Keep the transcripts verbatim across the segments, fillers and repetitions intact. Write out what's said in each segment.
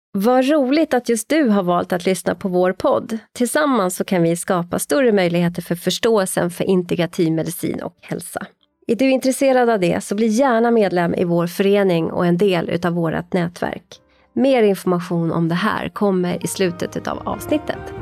Vad roligt att just du har valt att lyssna på vår podd. Tillsammans så kan vi skapa större möjligheter för förståelsen för integrativ medicin och hälsa. Är du intresserad av det så bli gärna medlem i vår förening och en del utav vårt nätverk. Mer information om det här kommer i slutet av avsnittet.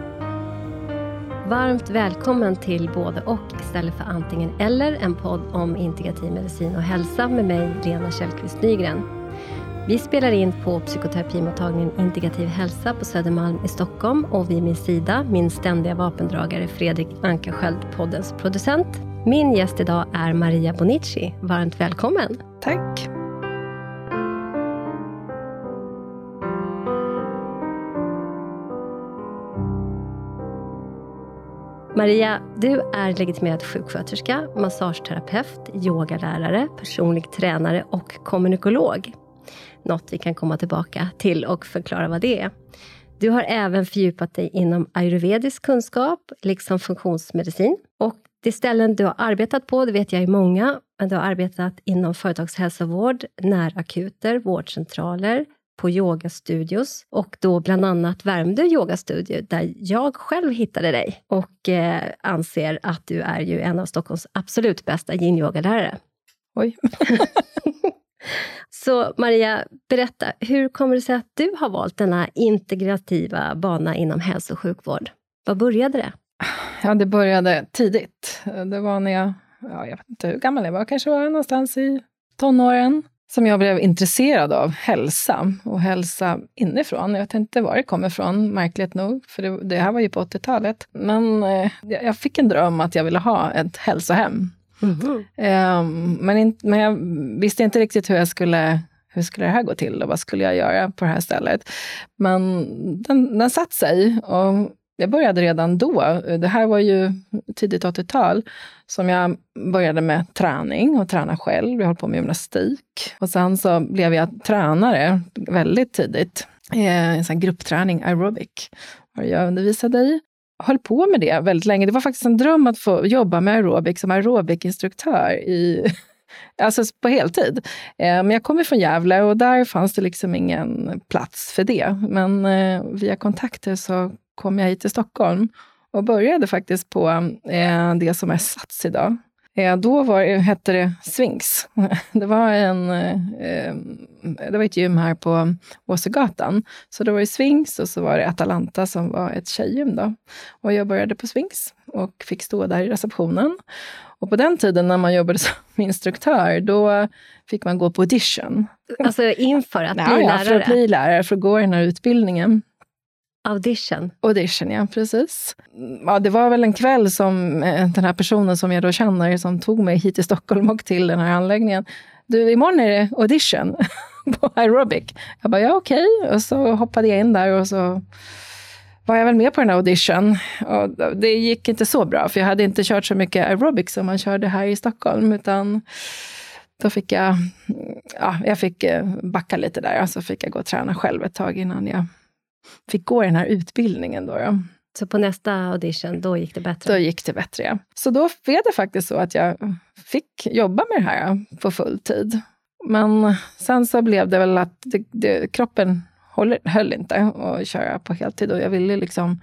Varmt välkommen till både och istället för antingen eller, en podd om integrativ medicin och hälsa med mig, Lena Källqvist Nygren. Vi spelar in på psykoterapimottagningen Integrativ hälsa på Södermalm i Stockholm, och vid min sida min ständiga vapendragare Fredrik Ankarsköld, poddens producent. Min gäst idag är Maria Bonici. Varmt välkommen. Tack. Maria, du är legitimerad sjuksköterska, massageterapeut, yogalärare, personlig tränare och kommunikolog. Något vi kan komma tillbaka till och förklara vad det är. Du har även fördjupat dig inom ayurvedisk kunskap, liksom funktionsmedicin. Och de ställen du har arbetat på, det vet jag är många, men du har arbetat inom företagshälsovård, närakuter, vårdcentraler, på yogastudios, och då bland annat Värmdö yogastudio där jag själv hittade dig och eh, anser att du är ju en av Stockholms absolut bästa yin-yogalärare. Oj. Så Maria, berätta, hur kommer det sig att du har valt denna integrativa bana inom hälso- och sjukvård? Vad började det? Ja, det började tidigt. Det var när jag, ja, jag vet inte hur gammal jag var, kanske var någonstans i tonåren, som jag blev intresserad av hälsa och hälsa inifrån. Jag vet inte var det kommer ifrån, märkligt nog, för det, det här var ju på åttiotalet. Men eh, jag fick en dröm att jag ville ha ett hälsohem. Mm-hmm. Eh, men, in, men jag visste inte riktigt hur jag skulle, hur skulle det här gå till och vad skulle jag göra på det här stället. Men den, den satt sig, och jag började redan då. Det här var ju tidigt åttiotal som jag började med träning och träna själv. Jag höll på med gymnastik. Och sen så blev jag tränare väldigt tidigt. En sån gruppträning, aerobic, var jag undervisade i. Höll på med det väldigt länge. Det var faktiskt en dröm att få jobba med aerobic som aerobic-instruktör i... Alltså på heltid. Men jag kommer från Gävle och där fanns det liksom ingen plats för det. Men via kontakter så kom jag hit till Stockholm och började faktiskt på eh, det som är Sats idag. Eh, då var, hette det Sphinx. Det var, en, eh, det var ett gym här på Åsegatan. Så det var ju Sphinx och så var det Atalanta som var ett tjejgym då. Och jag började på Sphinx och fick stå där i receptionen. Och på den tiden när man jobbade som instruktör, då fick man gå på audition. Alltså inför att bli ja, lärare? för att bli lärare, för att gå i den här utbildningen. Audition? Audition, ja, precis. Ja, det var väl en kväll som den här personen som jag då känner, som tog mig hit till Stockholm och till den här anläggningen. Du, imorgon är det audition på aerobic. Jag bara, ja okej. Okay. Och så hoppade jag in där och så var jag väl med på den här audition. Och det gick inte så bra, för jag hade inte kört så mycket aerobic som man körde här i Stockholm, utan då fick jag, ja, jag fick backa lite där, och så fick jag gå och träna själv ett tag innan jag fick gå den här utbildningen då, då. Så på nästa audition, då gick det bättre? Då gick det bättre, ja. Så då blev det faktiskt så att jag fick jobba med det här på full tid. Men sen så blev det väl att det, det, kroppen håller, höll inte att köra på heltid. Och jag ville liksom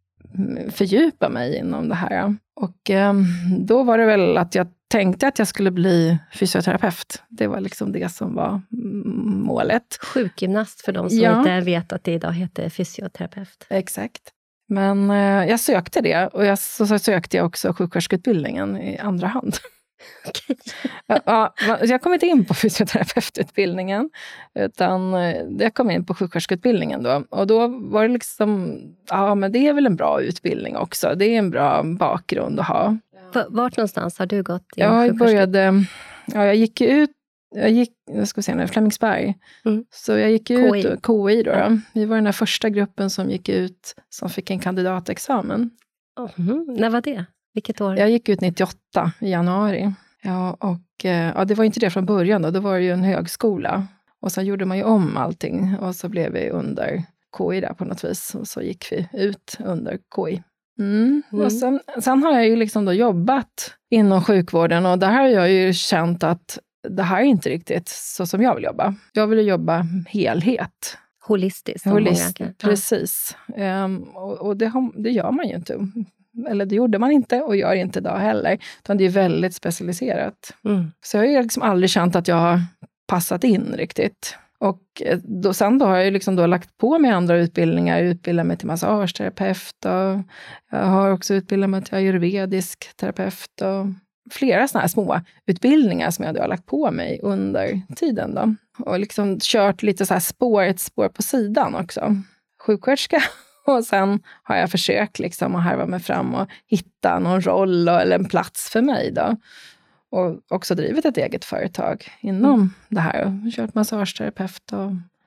fördjupa mig inom det här. Och eh, då var det väl att jag tänkte att jag skulle bli fysioterapeut. Det var liksom det som var målet. Sjukgymnast för de som ja. inte vet att det idag heter fysioterapeut. Exakt. Men eh, jag sökte det, och jag, så, så sökte jag också sjuksköterskeutbildningen i andra hand. Okay. ja, jag kom inte in på fysioterapeututbildningen, utan jag kom in på sjuksköterskeutbildningen då. Och då var det liksom, ja men det är väl en bra utbildning också. Det är en bra bakgrund att ha. Vart någonstans har du gått? Ja, jag började, ja jag gick ut, jag gick, jag ska se nu, Flemingsberg. Mm. Så jag gick ut, K I, K I då, då. Ja. Vi var den här första gruppen som gick ut, som fick en kandidatexamen. Mm. När var det? Vilket år? Jag gick ut nittioåtta i januari. Ja, och ja, det var inte det från början då. Då var det ju en högskola. Och sen gjorde man ju om allting. Och så blev vi under K I där på något vis. Och så gick vi ut under K I. Mm. Mm. Och sen, sen har jag ju liksom då jobbat inom sjukvården. Och där har jag ju känt att det här är inte riktigt så som jag vill jobba. Jag vill jobba helhet. Holistiskt. Holistiskt, många, precis. Um, och och det, har, det gör man ju inte. Eller det gjorde man inte och gör inte idag heller. Utan det är väldigt specialiserat. Mm. Så jag har liksom aldrig känt att jag har passat in riktigt. Och då, sen då har jag liksom då lagt på mig andra utbildningar. Jag utbildar mig till massageterapeut. Och jag har också utbildat mig till ayurvedisk terapeut. Och flera sådana här små utbildningar som jag då har lagt på mig under tiden då. Och liksom kört lite så här spår, ett spår på sidan också. Sjuksköterska. Och sen har jag försökt liksom att harva mig fram och hitta någon roll eller en plats för mig då. Och också drivit ett eget företag inom mm. det här. Och kört massageterapeut och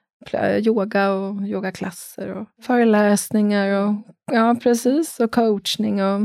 yoga och yogaklasser och föreläsningar och ja, precis. Och coachning och,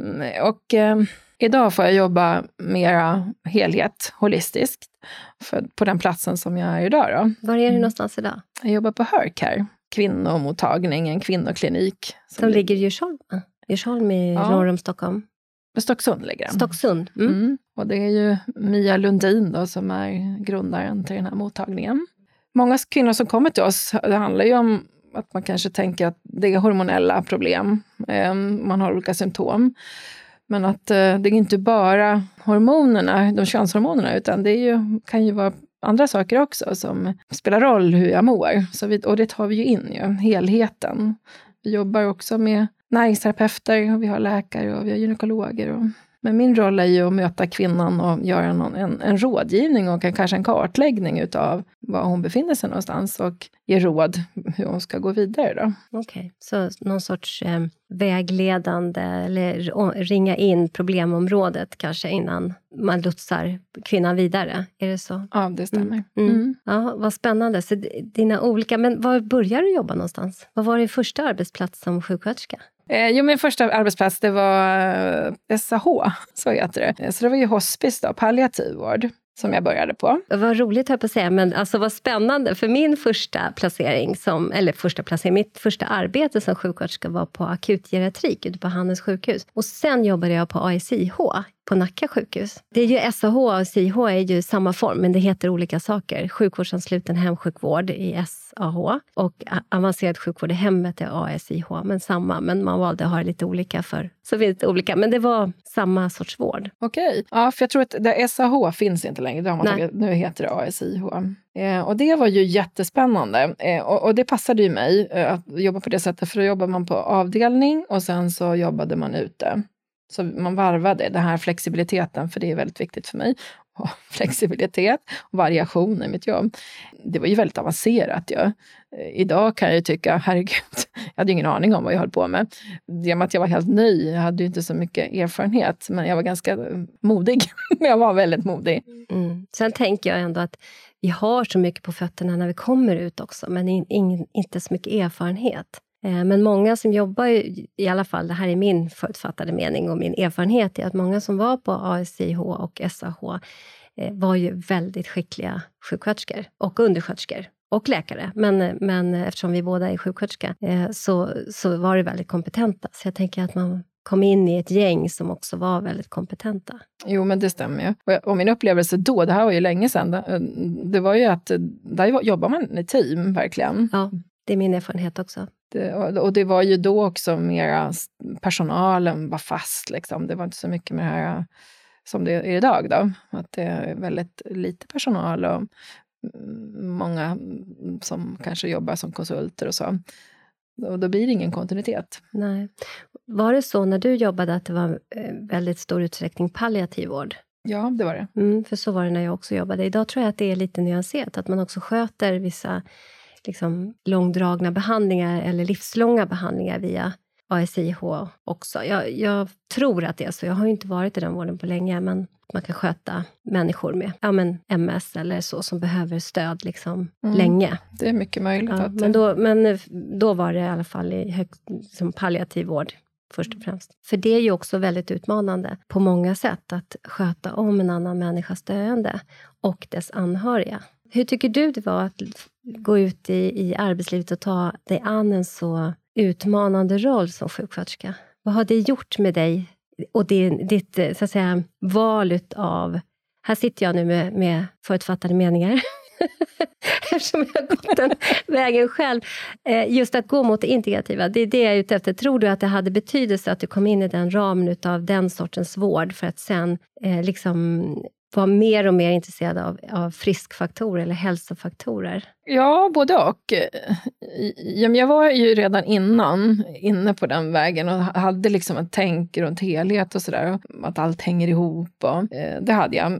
och eh, idag får jag jobba mera helhet, holistiskt. För, på den platsen som jag är idag då. Var är du någonstans idag? Jag jobbar på Hörcare. Kvinnomottagning, en kvinnoklinik. Som, som ligger i Djursholm. Djursholm i ja. norr om Stockholm. Stocksund ligger den. Stocksund. Mm. Mm. Och det är ju Mia Lundin då, som är grundaren till den här mottagningen. Många kvinnor som kommer till oss, det handlar ju om att man kanske tänker att det är hormonella problem. Man har olika symptom. Men att det är inte bara hormonerna, de könshormonerna, utan det är ju, kan ju vara andra saker också som spelar roll hur jag mår. Så vi, och det tar vi ju in ju, helheten. Vi jobbar också med näringsterapeuter och vi har läkare och vi har gynekologer. Och, men min roll är ju att möta kvinnan och göra någon, en, en rådgivning och en, kanske en kartläggning utav var hon befinner sig någonstans och ge råd hur hon ska gå vidare då. Okej, okay. Så någon sorts eh, vägledande eller å, ringa in problemområdet kanske innan man lotsar kvinnan vidare, är det så? Ja, det stämmer. Mm. Mm. Ja, vad spännande. Så dina olika, men var började du jobba någonstans? Vad var din första arbetsplats som sjuksköterska? Eh, jo, min första arbetsplats det var S A H, så heter det. Så det var ju hospice då, palliativvård. Som jag började på. Vad roligt här på att säga, men alltså vad spännande. För min första placering, som, eller första placering, mitt första arbete som sjuksköterska var på akutgeriatrik ute på Handels sjukhus. Och sen jobbade jag på A S I H på Nacka sjukhus. Det är ju S A H och A S I H är ju samma form, men det heter olika saker. Sjukvårdsansluten hemsjukvård i S A H och avancerad sjukvård i hemmet är A S I H, men samma. Men man valde att ha det lite olika för, så finns det olika. Men det var samma sorts vård. Okej, ja, för jag tror att det S A H finns inte längre. Det har man tagit, nu heter det A S I H. Eh, och det var ju jättespännande. Eh, och, och det passade ju mig eh, att jobba på det sättet, för då jobbar man på avdelning och sen så jobbade man ute. Så man varvade den här flexibiliteten, för det är väldigt viktigt för mig. Och flexibilitet och variation i mitt jobb. Det var ju väldigt avancerat. Ja. Idag kan jag ju tycka, herregud, jag hade ingen aning om vad jag höll på med. Genom att jag var helt ny, jag hade ju inte så mycket erfarenhet. Men jag var ganska modig. Jag var väldigt modig. Mm. Sen tänker jag ändå att vi har så mycket på fötterna när vi kommer ut också. Men in, in, inte så mycket erfarenhet. Men många som jobbar, i alla fall, det här är min förutfattade mening och min erfarenhet, är att många som var på A S I H och S A H var ju väldigt skickliga sjuksköterskor och undersköterskor och läkare. Men, men eftersom vi båda är sjuksköterska så, så var det väldigt kompetenta. Så jag tänker att man kom in i ett gäng som också var väldigt kompetenta. Jo, men det stämmer ju. Och, och min upplevelse då, det här var ju länge sedan, det, det var ju att där jobbar man i team, verkligen. Ja, det är min erfarenhet också. Det, och det var ju då också mera personalen var fast liksom. Det var inte så mycket med det här som det är idag då. Att det är väldigt lite personal och många som kanske jobbar som konsulter och så. Och då blir det ingen kontinuitet. Nej. Var det så när du jobbade att det var väldigt stor utsträckning palliativ vård? Ja, det var det. Mm, för så var det när jag också jobbade. Idag tror jag att det är lite nyanserat. Att man också sköter vissa liksom långdragna behandlingar eller livslånga behandlingar via A S I H också. Jag, jag tror att det är så. Jag har ju inte varit i den vården på länge, men man kan sköta människor med ja, men M S eller så som behöver stöd liksom mm. länge. Det är mycket möjligt. Ja, att... men, då, men då var det i alla fall i hög, liksom palliativ vård först och främst. För det är ju också väldigt utmanande på många sätt att sköta om en annan människas döende och dess anhöriga. Hur tycker du det var att gå ut i, i arbetslivet och ta dig an en så utmanande roll som sjuksköterska? Vad har det gjort med dig och din, ditt så att säga, val av... Här sitter jag nu med, med förutfattade meningar. Eftersom jag har gått den vägen själv. Just att gå mot det integrativa, det är det jag är ute efter. Tror du att det hade betydelse att du kom in i den ramen av den sortens vård för att sen eh, liksom vara mer och mer intresserad av, av friskfaktorer eller hälsofaktorer? Ja, både och. Jag var ju redan innan inne på den vägen och hade liksom ett tänk runt helhet och sådär. Att allt hänger ihop och det hade jag.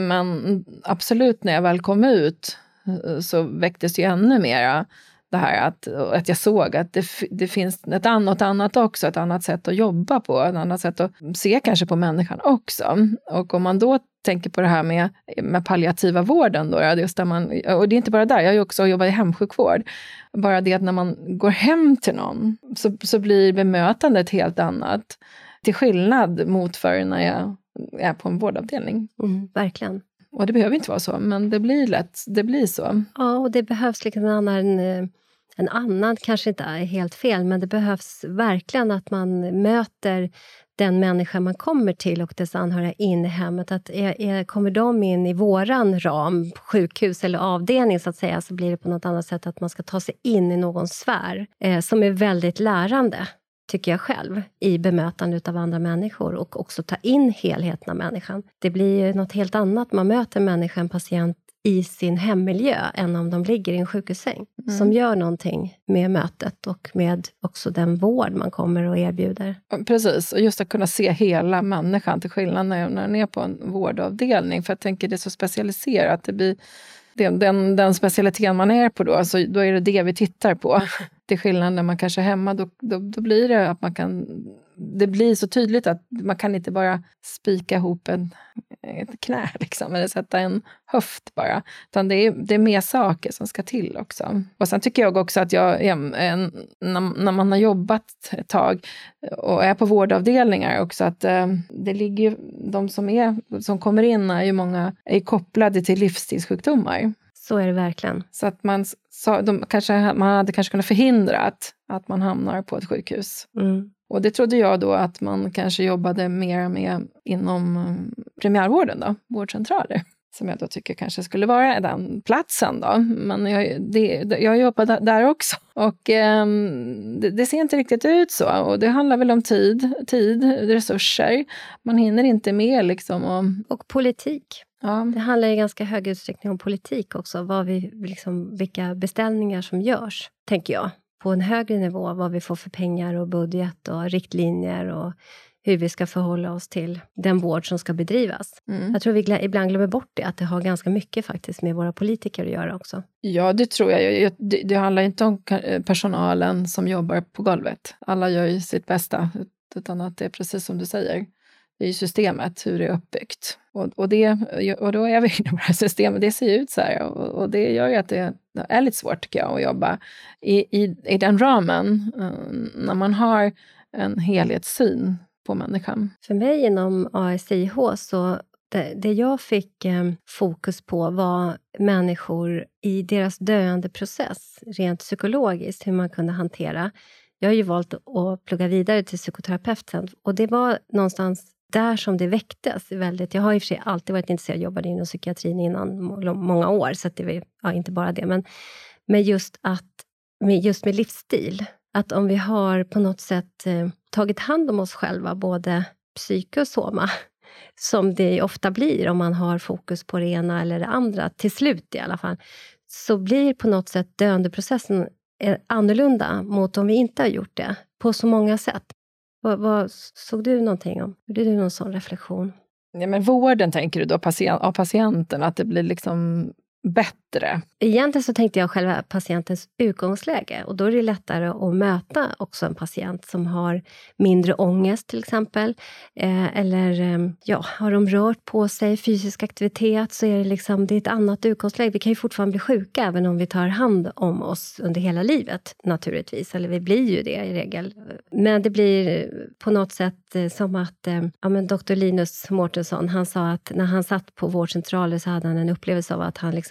Men absolut när jag väl kom ut så väcktes ju ännu mera det här att, att jag såg att det, det finns ett annat, annat också, ett annat sätt att jobba på, ett annat sätt att se kanske på människan också. Och om man då tänker på det här med, med palliativa vården då, just där man, och det är inte bara där, jag har ju också jobbat i hemsjukvård. Bara det att när man går hem till någon så, så blir bemötandet helt annat. Till skillnad mot för när jag är på en vårdavdelning. Mm, verkligen. Och det behöver inte vara så, men det blir lätt, det blir så. Ja, och det behövs liksom en annan, en annan kanske inte är helt fel, men det behövs verkligen att man möter den människa man kommer till och dess anhöriga in i hemmet. Att är, är, kommer de in i våran ram, sjukhus eller avdelning så att säga, så blir det på något annat sätt att man ska ta sig in i någon sfär eh, som är väldigt lärande, tycker jag själv, i bemötandet av andra människor och också ta in helheten av människan. Det blir ju något helt annat. Man möter människan, en patient i sin hemmiljö än om de ligger i en sjukhussäng. Mm. Som gör någonting med mötet och med också den vård man kommer och erbjuder. Precis, och just att kunna se hela människan till skillnad när man är på en vårdavdelning. För jag tänker det är så specialiserat. Det blir den, den, den specialiteten man är på då, så då är det det vi tittar på. Till skillnad när man kanske är hemma, då, då, då blir det att man kan... Det blir så tydligt att man kan inte bara spika ihop en, ett knä liksom, eller sätta en höft bara. Utan det är, det är mer saker som ska till också. Och sen tycker jag också att jag, en, när, när man har jobbat ett tag och är på vårdavdelningar också, att eh, det ligger de som, är, som kommer in är ju många är kopplade till livsstilssjukdomar. Så är det verkligen. Så att man, så, de, kanske, man hade kanske kunnat förhindra att, att man hamnar på ett sjukhus. Mm. Och det trodde jag då att man kanske jobbade mer med inom primärvården då, vårdcentraler. Som jag då tycker kanske skulle vara den platsen då. Men jag, det, jag jobbade där också. Och eh, det, det ser inte riktigt ut så. Och det handlar väl om tid, tid, resurser. Man hinner inte med liksom. Och, och politik. Ja. Det handlar i ganska hög utsträckning om politik också. Vad vi, liksom, vilka beställningar som görs, tänker jag. På en högre nivå, vad vi får för pengar och budget och riktlinjer och hur vi ska förhålla oss till den vård som ska bedrivas. Mm. Jag tror vi glä- ibland glömmer bort det, att det har ganska mycket faktiskt med våra politiker att göra också. Ja, det tror jag. Det, det handlar inte om personalen som jobbar på golvet. Alla gör ju sitt bästa, utan att det är precis som du säger. Det är ju systemet, hur det är uppbyggt. Och, och, det, och då är vi inne på det här systemet, det ser ut så här. Och, och det gör ju att det är lite svårt tycker jag att jobba i, i, i den ramen. När man har en helhetssyn på människan. För mig inom A S I H så det, det jag fick eh, fokus på var människor i deras döende process. Rent psykologiskt, hur man kunde hantera. Jag har ju valt att plugga vidare till psykoterapeut sen. Och det var någonstans där som det väcktes väldigt. Jag har i och för sig alltid varit intresserad, jobbade inom psykiatrin innan många år. Så att det var ja, inte bara det. Men, men just, att, med, just med livsstil. Att om vi har på något sätt eh, tagit hand om oss själva, både psyke och soma. Som det ofta blir om man har fokus på det ena eller det andra. Till slut i alla fall. Så blir på något sätt döendeprocessen annorlunda mot om vi inte har gjort det. På så många sätt. Vad, vad såg du någonting om? Gjorde du någon sån reflektion? Ja, men vården tänker du då patient, av patienten, att det blir liksom bättre? Egentligen så tänkte jag själva patientens utgångsläge. Och då är det lättare att möta också en patient som har mindre ångest till exempel. Eh, eller eh, ja, har de rört på sig, fysisk aktivitet, så är det liksom det är ett annat utgångsläge. Vi kan ju fortfarande bli sjuka även om vi tar hand om oss under hela livet naturligtvis. Eller vi blir ju det i regel. Men det blir på något sätt eh, som att eh, ja, men doktor Linus Mårtensson, han sa att när han satt på vårdcentraler så hade han en upplevelse av att han liksom administrerade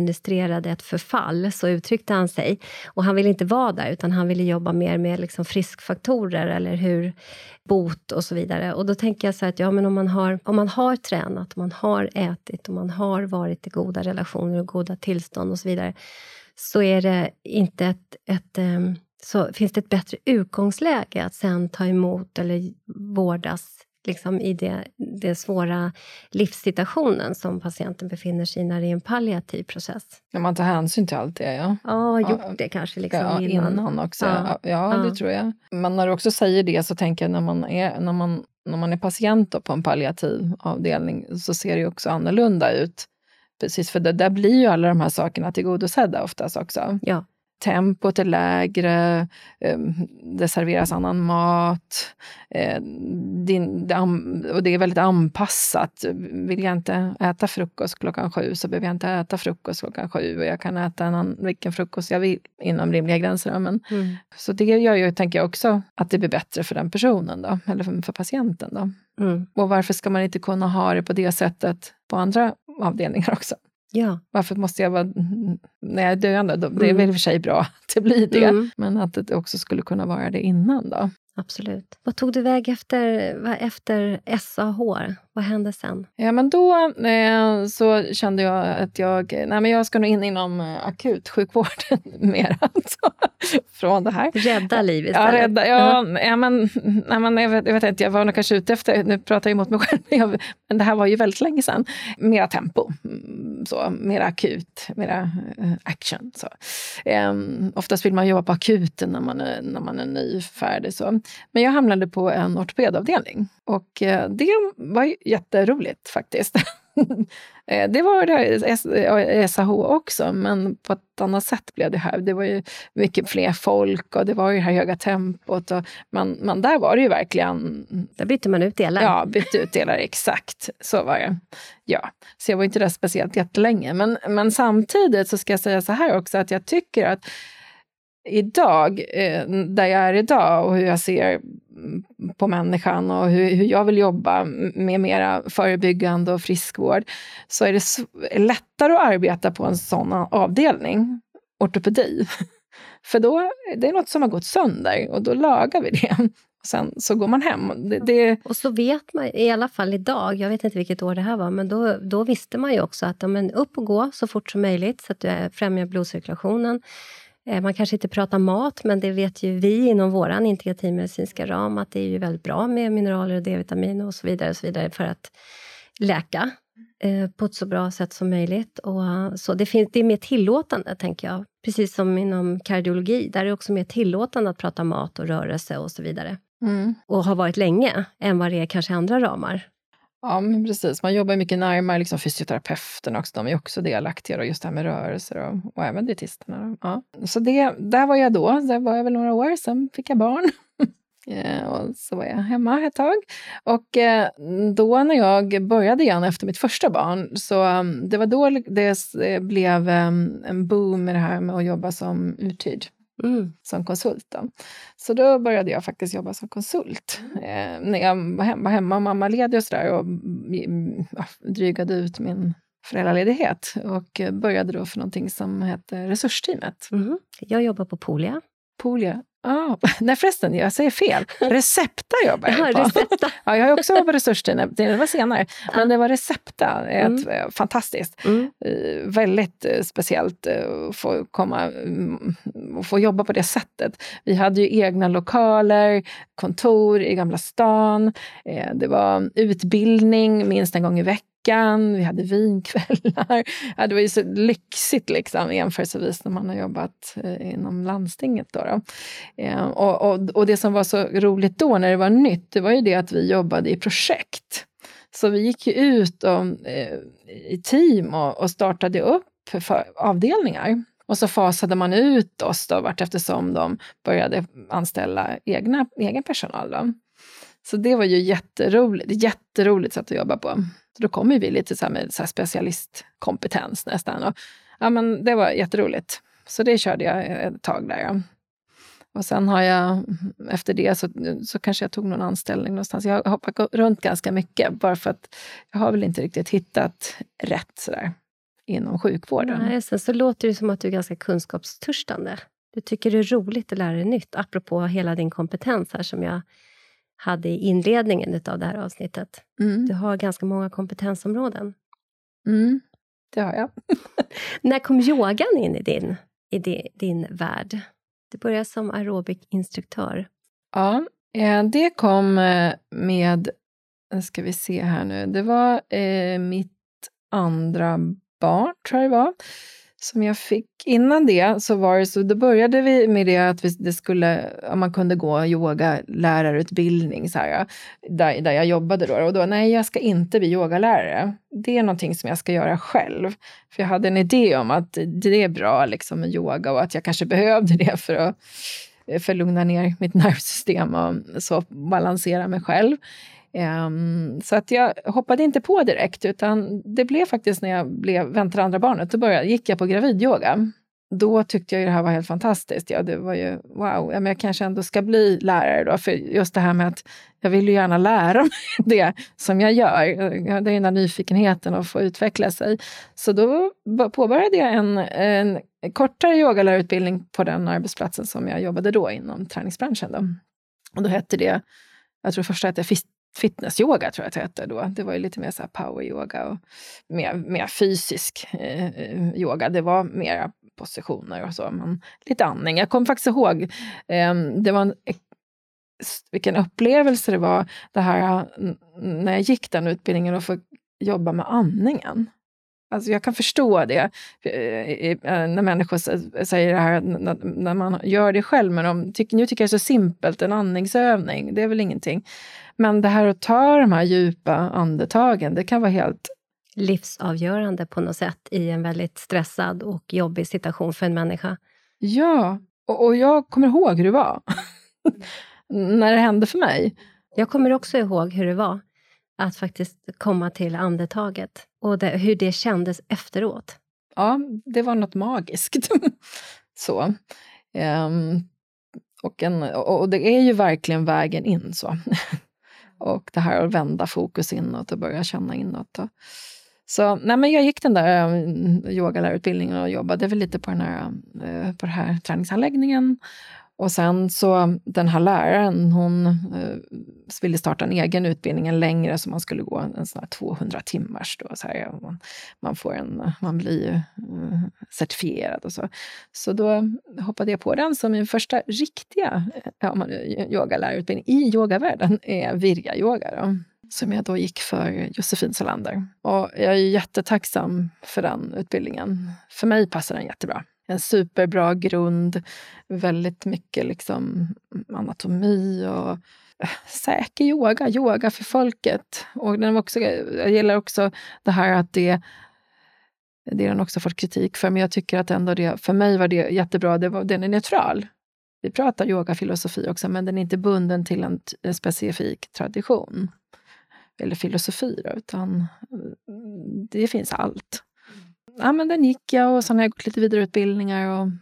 administrerade ett förfall, så uttryckte han sig. Och han ville inte vara där, utan han ville jobba mer med liksom friskfaktorer eller hur bot och så vidare. Och då tänker jag så här att ja, men om man har, om man har tränat, om man har ätit, om man har varit i goda relationer och goda tillstånd och så vidare, så är det inte ett, ett så finns det ett bättre utgångsläge att sen ta emot eller vårdas liksom i det, det svåra livssituationen som patienten befinner sig i när det är en palliativ process. Ja, man tar hänsyn till allt det, ja. Ja, gjort ja, det kanske liksom ja, innan. innan också. Ja, ja, ja, det ja. tror jag. Men när du också säger det så tänker jag när man är, när man, när man är patient då på en palliativ avdelning så ser det ju också annorlunda ut. Precis, för det, där blir ju alla de här sakerna tillgodosedda oftast också. Ja. Tempot är lägre, det serveras annan mat, och det är väldigt anpassat. Vill jag inte äta frukost klockan sju så behöver jag inte äta frukost klockan sju. Och jag kan äta en annan, vilken frukost jag vill inom rimliga gränser. Men, mm. Så det gör ju, tänker jag också, att det blir bättre för den personen då, eller för, för patienten då. Mm. Och varför ska man inte kunna ha det på det sättet på andra avdelningar också? Ja. Varför måste jag vara, när jag är döende, då, det är väl i och för sig bra att det blir det, mm. men att det också skulle kunna vara det innan då. Absolut. Vad tog du väg efter, efter S A H? Vad hände sen? Ja, men då eh, så kände jag att jag, nej men jag ska nog in inom akut sjukvården mer alltså, från det här. Rädda liv istället. Ja, rädda, ja, uh-huh. ja men, nej, men jag, vet, jag vet inte, jag var nog kanske ute efter, nu pratar jag emot mig själv, men, jag, men det här var ju väldigt länge sedan. Mera tempo, så, mera akut, mera uh, action. Så. Um, oftast vill man jobba på akuten när man är, när man är nyfärdig. Så. Men jag hamnade på en ortopedavdelning och uh, det var ju jätteroligt faktiskt. Det var det S A H också, men på ett annat sätt blev det här. Det var ju mycket fler folk och det var ju det här höga tempot. Och man, man, där var det ju verkligen... Där bytte man ut delar. Ja, bytte ut delar, exakt. Så var det. Ja, så jag var inte där speciellt jättelänge. Men, men samtidigt så ska jag säga så här också, att jag tycker att idag, eh, där jag är idag och hur jag ser på människan och hur, hur jag vill jobba med mera förebyggande och friskvård, så är det så, lättare att arbeta på en sån avdelning, ortopedi. För då det är något som har gått sönder och då lagar vi det. Och sen så går man hem. Det, det... Och så vet man, i alla fall idag, jag vet inte vilket år det här var, men då, då visste man ju också att men upp och gå så fort som möjligt så att du främjar blodcirkulationen. Man kanske inte pratar mat, men det vet ju vi inom våran integrativmedicinska ram att det är ju väldigt bra med mineraler och D-vitamin och så vidare, och så vidare för att läka eh, på ett så bra sätt som möjligt. Och, så det, finns, det är mer tillåtande, tänker jag. Precis som inom kardiologi, där är det också mer tillåtande att prata mat och rörelse och så vidare. Mm. Och har varit länge än vad det är kanske andra ramar. Ja, men precis. Man jobbar mycket närmare liksom fysioterapeuterna också. De är också delaktiga och just det här med rörelser och, och även dietisterna. Ja. Så det, där var jag då. Där var jag väl några år. Sen fick jag barn. ja, och så var jag hemma ett tag. Och eh, då när jag började igen efter mitt första barn, så um, det var då det blev um, en boom med det här med att jobba som uthyrd. Mm. Som konsult då. Så då började jag faktiskt jobba som konsult eh, när jag var hemma, hemma och mamma ledig och sådär och ja, drygade ut min föräldraledighet och började då för någonting som heter resursteamet. Mm. Jag jobbar på Polia. Polia. Ah, nej förresten, jag säger fel. Recepta jobbar jag ja, på. Recepta. ja, jag har också jobbat på resursteamet, det var senare. Men det var Recepta, ett, mm. fantastiskt. Mm. Väldigt speciellt att få komma och få jobba på det sättet. Vi hade ju egna lokaler, kontor i Gamla stan. Det var utbildning minst en gång i veckan. Vi hade vinkvällar. Ja, det var ju så lyxigt liksom, jämförelsevis när man har jobbat eh, inom landstinget. Då, då. Eh, och, och, och det som var så roligt då när det var nytt, det var ju det att vi jobbade i projekt. Så vi gick ju ut och, eh, i team och, och startade upp för avdelningar. Och så fasade man ut oss då, vart eftersom de började anställa egna, egen personal. Då. Så det var ju jätteroligt, jätteroligt sätt att jobba på. Så då kommer vi lite så här med så här specialistkompetens nästan. Och, ja, men det var jätteroligt. Så det körde jag ett tag där. Ja. Och sen har jag, efter det så, så kanske jag tog någon anställning någonstans. Jag har hoppat runt ganska mycket. Bara för att jag har väl inte riktigt hittat rätt sådär inom sjukvården. Nej, sen så låter det som att du är ganska kunskapstörstande. Du tycker det är roligt att lära dig nytt, apropå hela din kompetens här som jag hade i inledningen av det här avsnittet. Mm. Du har ganska många kompetensområden. Mm, det har jag. När kom yogan in i din, i din, din värld? Du började som aerobic-instruktör. Ja, det kom med, ska vi se här nu, det var eh, mitt andra barn tror jag det var, som jag fick. Innan det så var det så, då började vi med det att vi, det skulle, man kunde gå yoga lärarutbildning så här, där, där jag jobbade då. Och då, nej jag ska inte bli yogalärare. Det är någonting som jag ska göra själv. För jag hade en idé om att det är bra liksom med yoga och att jag kanske behövde det för att, för att lugna ner mitt nervsystem och så balansera mig själv. Um, så att jag hoppade inte på direkt, utan det blev faktiskt när jag blev väntade andra barnet, då började, gick jag på gravidyoga. Då tyckte jag ju det här var helt fantastiskt. Ja, det var ju wow, ja, men jag kanske ändå ska bli lärare då, för just det här med att jag vill ju gärna lära mig det som jag gör. Det är den där nyfikenheten att få utveckla sig. Så då påbörjade jag en, en kortare yogalärarutbildning på den arbetsplatsen som jag jobbade då inom träningsbranschen då. Och då hette det, jag tror först att jag fitnessyoga tror jag att det hette då. Det var ju lite mer så här power yoga och mer, mer fysisk eh, yoga. Det var mer positioner och så. Men lite andning. Jag kommer faktiskt ihåg, eh, det var en, vilken upplevelse det var det här när jag gick den utbildningen och fick jobba med andningen. Alltså jag kan förstå det när människor säger det här, när man gör det själv, men de tycker, nu tycker jag det är så simpelt, en andningsövning, det är väl ingenting. Men det här att ta de här djupa andetagen, det kan vara helt livsavgörande på något sätt i en väldigt stressad och jobbig situation för en människa. Ja, och, och jag kommer ihåg hur det var när det hände för mig. Jag kommer också ihåg hur det var att faktiskt komma till andetaget och det, hur det kändes efteråt. Ja, det var något magiskt. Så. Um, och, en, och det är ju verkligen vägen in så. Och det här att vända fokus inåt och börja känna inåt. Och. Så nej, men jag gick den där um, yogalärarutbildningen och jobbade väl lite på den här, uh, på den här träningsanläggningen. Och sen så den här läraren, hon uh, ville starta en egen utbildning, en längre, så man skulle gå en, en sån här tvåhundra timmars då, så här, man, man får en, man blir ju uh, certifierad och så. Så då hoppade jag på den som min första riktiga ja, yogalärarutbildning i yogavärlden är Virya yoga då, som jag då gick för Josefin Salander. Och jag är jättetacksam för den utbildningen. För mig passar den jättebra. En superbra grund, väldigt mycket liksom anatomi och säker yoga, yoga för folket. Och den också, jag gillar också det här att det, det har den också fått kritik för, men jag tycker att ändå det, för mig var det jättebra, det var, den är neutral. Vi pratar yogafilosofi också, men den är inte bunden till en, en specifik tradition eller filosofi då, utan det finns allt. Ja, men den gick jag och sen har jag gått lite vidareutbildningar och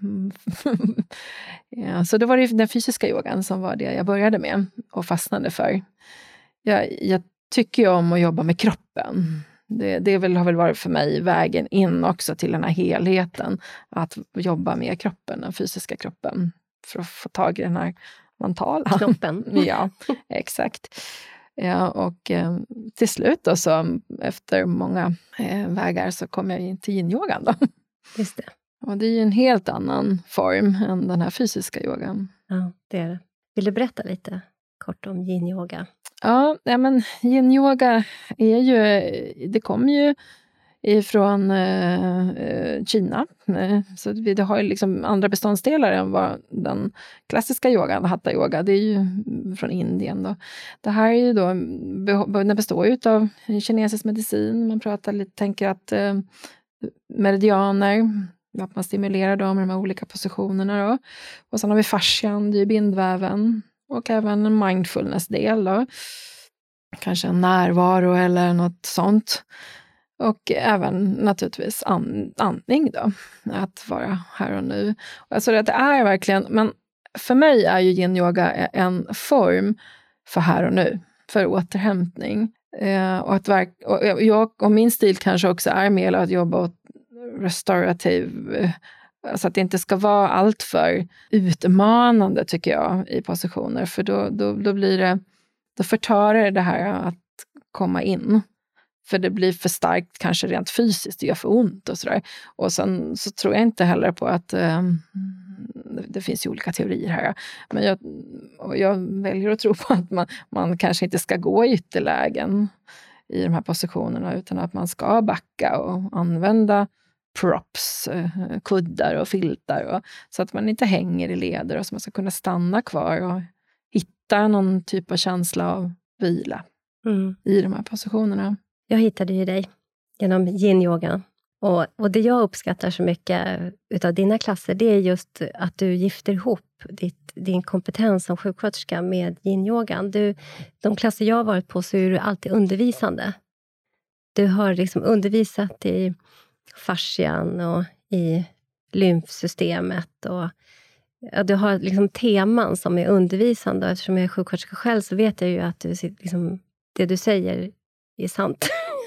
ja, så det var det den fysiska yogan som var det jag började med och fastnade för. Jag, jag tycker ju om att jobba med kroppen. Det, det väl, har väl varit för mig vägen in också till den här helheten, att jobba med kroppen, den fysiska kroppen, för att få tag i den här mentala kroppen. Ja, exakt. Ja, och eh, till slut då, så efter många eh, vägar så kom jag in till yin-yogan då. Just det. Och det är ju en helt annan form än den här fysiska yogan. Ja, det är det. Vill du berätta lite kort om yin-yoga? Ja, ja men yin-yoga är ju, det kommer ju ifrån eh, Kina. Så det, det har ju liksom andra beståndsdelar än vad den klassiska yogan, hatha yoga, det är ju från Indien då. Det här är ju då, den består ju av kinesisk medicin. Man pratar lite, tänker att eh, meridianer, att man stimulerar dem med de här olika positionerna då. Och sen har vi fascian, det är bindväven. Och även en mindfulness-del då. Kanske en närvaro eller något sånt. Och även naturligtvis and, andning då. Att vara här och nu. Alltså det är verkligen, men för mig är ju yin-yoga en form för här och nu. För återhämtning. Eh, och, att verk, och, jag, och min stil kanske också är mer att jobba åt restaurativ, alltså att det inte ska vara allt för utmanande tycker jag i positioner, för då, då, då blir det, då förtar det det här att komma in. För det blir för starkt kanske rent fysiskt, det gör för ont och sådär. Och sen så tror jag inte heller på att um, det finns ju olika teorier här. Men jag, jag väljer att tro på att man, man kanske inte ska gå i ytterlägen i de här positionerna, utan att man ska backa och använda props, kuddar och filtar. Och, så att man inte hänger i leder och så man ska kunna stanna kvar och hitta någon typ av känsla av vila mm. i de här positionerna. Jag hittade ju dig genom yin-yoga. Och, och det jag uppskattar så mycket utav dina klasser, det är just att du gifter ihop ditt, din kompetens som sjuksköterska med yin-yogan. Du, de klasser jag har varit på så är du alltid undervisande. Du har liksom undervisat i fascian och i lymfsystemet. Och, ja, du har liksom teman som är undervisande. Och eftersom jag är sjuksköterska själv så vet jag ju att du, liksom, det du säger är sant.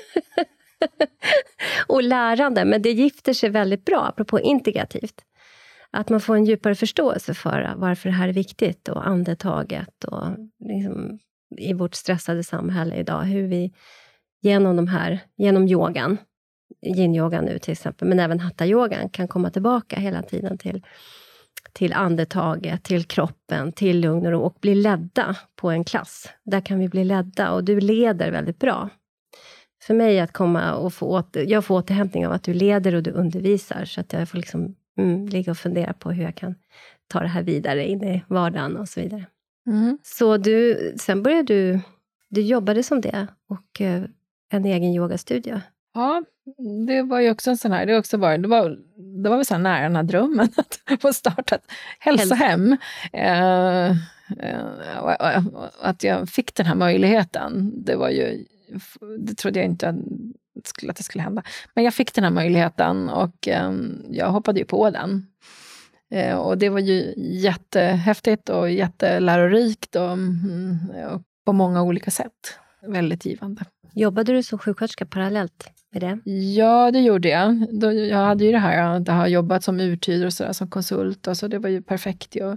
Och lärande, men det gifter sig väldigt bra, apropå integrativt. Att man får en djupare förståelse för varför det här är viktigt och andetaget och liksom, i vårt stressade samhälle idag, hur vi genom de här, genom yogan, yin-yogan nu till exempel, men även hatha-yogan kan komma tillbaka hela tiden till, till andetaget, till kroppen, till lugn och ro och bli ledda på en klass. Där kan vi bli ledda och du leder väldigt bra. För mig att komma och få åter, jag får återhämtning av att du leder och du undervisar. Så att jag får liksom mm, ligga och fundera på hur jag kan ta det här vidare in i vardagen och så vidare. Mm. Så du, sen började du, du jobbade som det och eh, en egen yogastudio. Ja, det var ju också en sån här, det, också var, det, var, det var väl så här nära den här drömmen att få starta ett hälsohem. Eh, eh, och, och, och att jag fick den här möjligheten, det var ju det trodde jag inte skulle, att det skulle hända. Men jag fick den här möjligheten och eh, jag hoppade ju på den. Eh, och det var ju jättehäftigt och jättelärorikt och, mm, och på många olika sätt. Väldigt givande. Jobbade du som sjuksköterska parallellt med det? Ja, det gjorde jag. Då, jag hade ju det här, det har jobbat som urtydare och sådär, som konsult. Och så det var ju perfekt ju,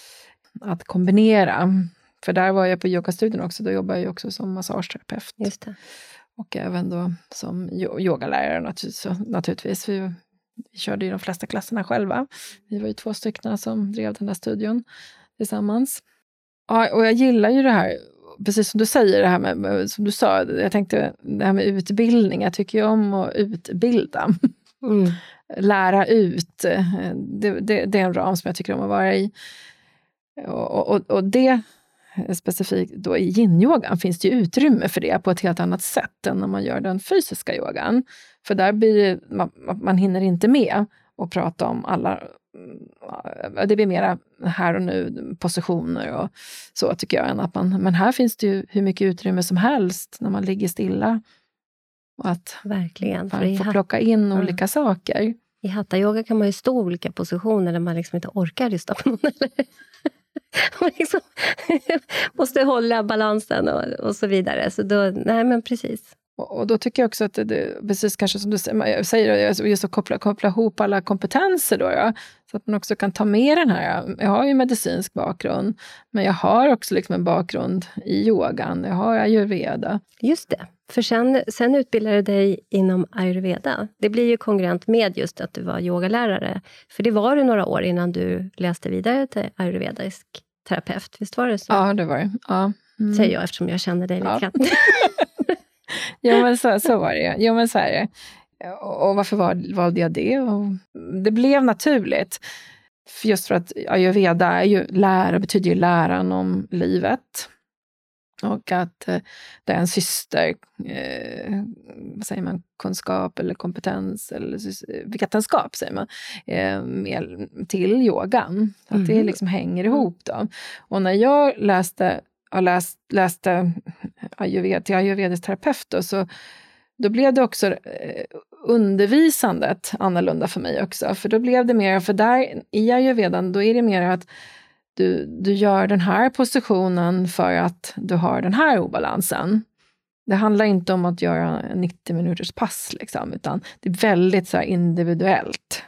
att kombinera. För där var jag på yogastudion också. Då jobbade jag också som massageterapeut. Just det. Och även då som yogalärare naturligtvis. Vi, vi körde ju de flesta klasserna själva. Vi var ju två stycken som drev den där studion tillsammans. Ja, och jag gillar ju det här, precis som du säger, det här med, med som du sa, jag tänkte det här med utbildning. Jag tycker ju om att utbilda. Mm. Lära ut. Det, det, det är en ram som jag tycker om att vara i. Och, och, och det specifikt då i yin-yogan finns det ju utrymme för det på ett helt annat sätt än när man gör den fysiska yogan. För där blir det, man, man hinner inte med att prata om alla, det blir mera här och nu positioner och så tycker jag, än att man, men här finns det ju hur mycket utrymme som helst när man ligger stilla. Och att verkligen, man får plocka in ja. olika saker. I hatha-yoga kan man ju stå i olika positioner där man liksom inte orkar lyssna på någon eller man liksom måste hålla balansen och, och så vidare. Så då, nej men precis. Och, och då tycker jag också att det, det precis kanske som du säger, just att koppla, koppla ihop alla kompetenser då, ja, så att man också kan ta med den här. Jag har ju medicinsk bakgrund, men jag har också liksom en bakgrund i yogan. Jag har ayurveda. Just det. För sen, sen utbildade du dig inom ayurveda. Det blir ju kongruent med just att du var yogalärare. För det var du några år innan du läste vidare till ayurvedisk terapeut. Visst var det så? Ja, det var det. Ja. Mm. Säger jag eftersom jag känner dig lite grann. Jo, men så, så var det. Jo, men så är det. Och, och varför var, valde jag det? Och det blev naturligt. Just för att ayurveda är ju lära, betyder ju läran om livet. Och att eh, det är en syster, eh, vad säger man, kunskap eller kompetens eller vetenskap säger man, eh, med, till yogan. Så att mm. det liksom hänger ihop då. Och när jag läste, jag läst, läste ayurved, till ayurvedisk terapeut då, så då blev det också eh, undervisandet annorlunda för mig också. För då blev det mer, för där i ayurvedan då är det mer att Du, du gör den här positionen för att du har den här obalansen. Det handlar inte om att göra nittio minuters pass liksom, utan det är väldigt så här individuellt.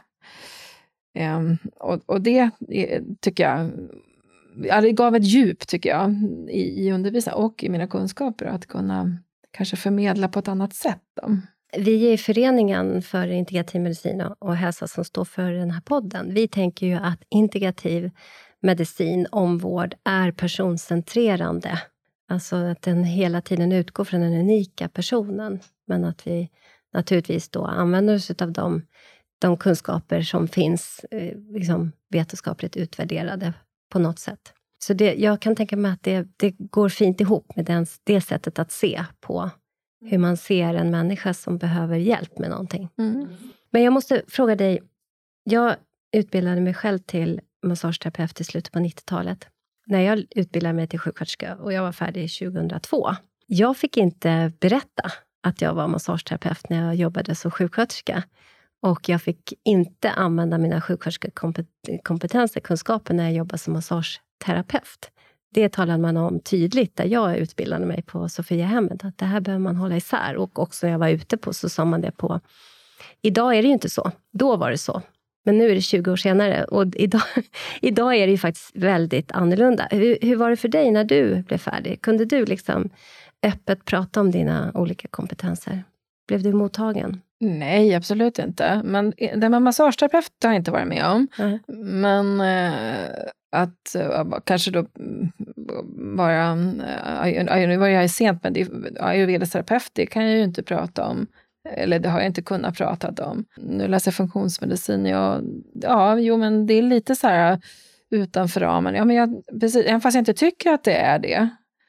Um, och, och det tycker jag, ja, det gav ett djup tycker jag i, i undervisningen och i mina kunskaper att kunna kanske förmedla på ett annat sätt då. Vi är föreningen för integrativ medicin och hälsa som står för den här podden. Vi tänker ju att integrativ medicin, omvård är personcentrerande. Alltså att den hela tiden utgår från den unika personen. Men att vi naturligtvis då använder oss av de, de kunskaper som finns eh, liksom vetenskapligt utvärderade på något sätt. Så det, jag kan tänka mig att det, det går fint ihop med den, det sättet att se på hur man ser en människa som behöver hjälp med någonting. Mm. Men jag måste fråga dig, jag utbildade mig själv till massageterapeut i slutet på nittiotalet. När jag utbildade mig till sjuksköterska och jag var färdig tjugohundratvå. Jag fick inte berätta att jag var massageterapeut när jag jobbade som sjuksköterska. Och jag fick inte använda mina sjuksköterskekompetenser, kunskaper när jag jobbade som massageterapeut. Det talade man om tydligt där jag utbildade mig på Sofiahemmet. Att det här behöver man hålla isär. Och också när jag var ute på så sa man det på. Idag är det ju inte så. Då var det så. Men nu är det tjugo år senare. Och idag, idag är det ju faktiskt väldigt annorlunda. Hur, hur var det för dig när du blev färdig? Kunde du liksom öppet prata om dina olika kompetenser? Blev du mottagen? Nej, absolut inte. Men det med massageterapeut har jag inte varit med om. Mm. Men eh, att eh, kanske då vara, eh, nu var jag sent, men ayurvedeterapeut, det kan jag ju inte prata om. Eller det har jag inte kunnat prata om. Nu läser jag funktionsmedicin. Jag, ja, jo men det är lite så här utanför ramen. Ja, men jag, precis, även fast jag inte tycker att det är det.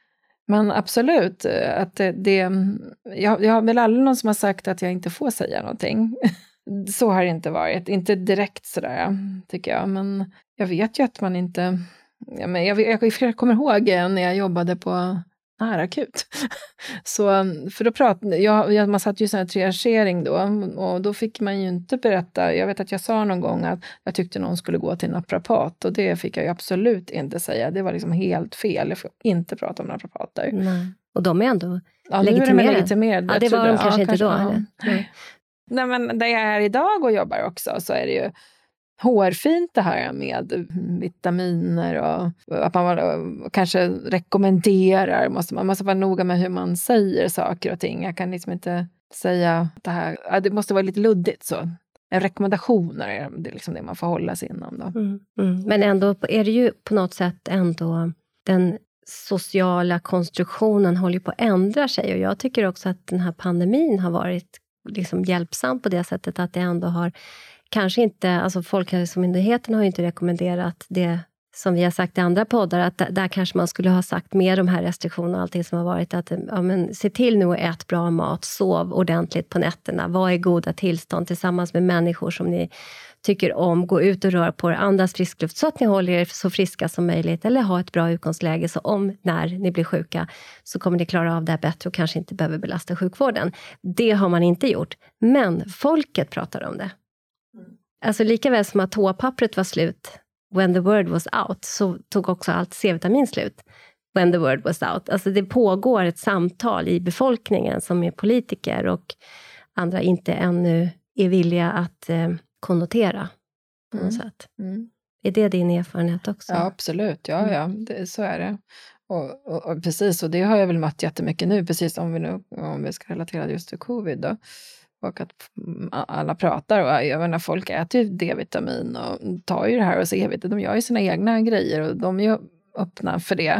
Men absolut, att det, det jag, jag har väl aldrig någon som har sagt att jag inte får säga någonting. Så har det inte varit. Inte direkt sådär, tycker jag. Men jag vet ju att man inte... Ja, men jag, jag, jag kommer ihåg när jag jobbade på närakut. Så, för då pratade jag... jag man satt ju sån här triagering då. Och då fick man ju inte berätta... Jag vet att jag sa någon gång att jag tyckte någon skulle gå till naprapat. Och det fick jag ju absolut inte säga. Det var liksom helt fel. Jag får inte prata om naprapater. Nej. Och de är ändå ja, legitimerade. Nu är de legitimerade. Ja, det var de ja, kanske inte kanske, då. Ja. Eller? Nej. Nej, men där jag är idag och jobbar också så är det ju hårfint det här med vitaminer och att man kanske rekommenderar. Måste, man måste vara noga med hur man säger saker och ting. Jag kan liksom inte säga det här. Ja, det måste vara lite luddigt så. Rekommendationer är det, liksom det man får hålla sig inom då. Mm, mm. Men ändå är det ju på något sätt ändå den sociala konstruktionen håller på att ändra sig. Och jag tycker också att den här pandemin har varit liksom hjälpsam på det sättet att det ändå har kanske inte, alltså Folkhälsomyndigheten har ju inte rekommenderat det som vi har sagt i andra poddar, att där, där kanske man skulle ha sagt med de här restriktionerna och allting som har varit att ja, men, se till nu att äta bra mat, sov ordentligt på nätterna, var i goda tillstånd tillsammans med människor som ni tycker om, gå ut och röra på er, andas frisk luft så att ni håller er så friska som möjligt eller ha ett bra utgångsläge så om när ni blir sjuka så kommer ni klara av det här bättre och kanske inte behöver belasta sjukvården. Det har man inte gjort, men folket pratar om det. Alltså lika väl som att toapappret var slut when the word was out så tog också allt C-vitamin slut when the word was out. Alltså det pågår ett samtal i befolkningen som är politiker och andra inte ännu är villiga att eh, konnotera på något mm. sätt. Mm. Är det din erfarenhet också? Ja, absolut. Ja, ja. Det, så är det. Och, och, och precis, och det har jag väl mött jättemycket nu, precis om vi nu om vi ska relatera just till covid då. Och att alla pratar och jag menar, folk äter ju D-vitamin och tar ju det här och C-vitamin. De gör ju sina egna grejer och de är ju öppna för det.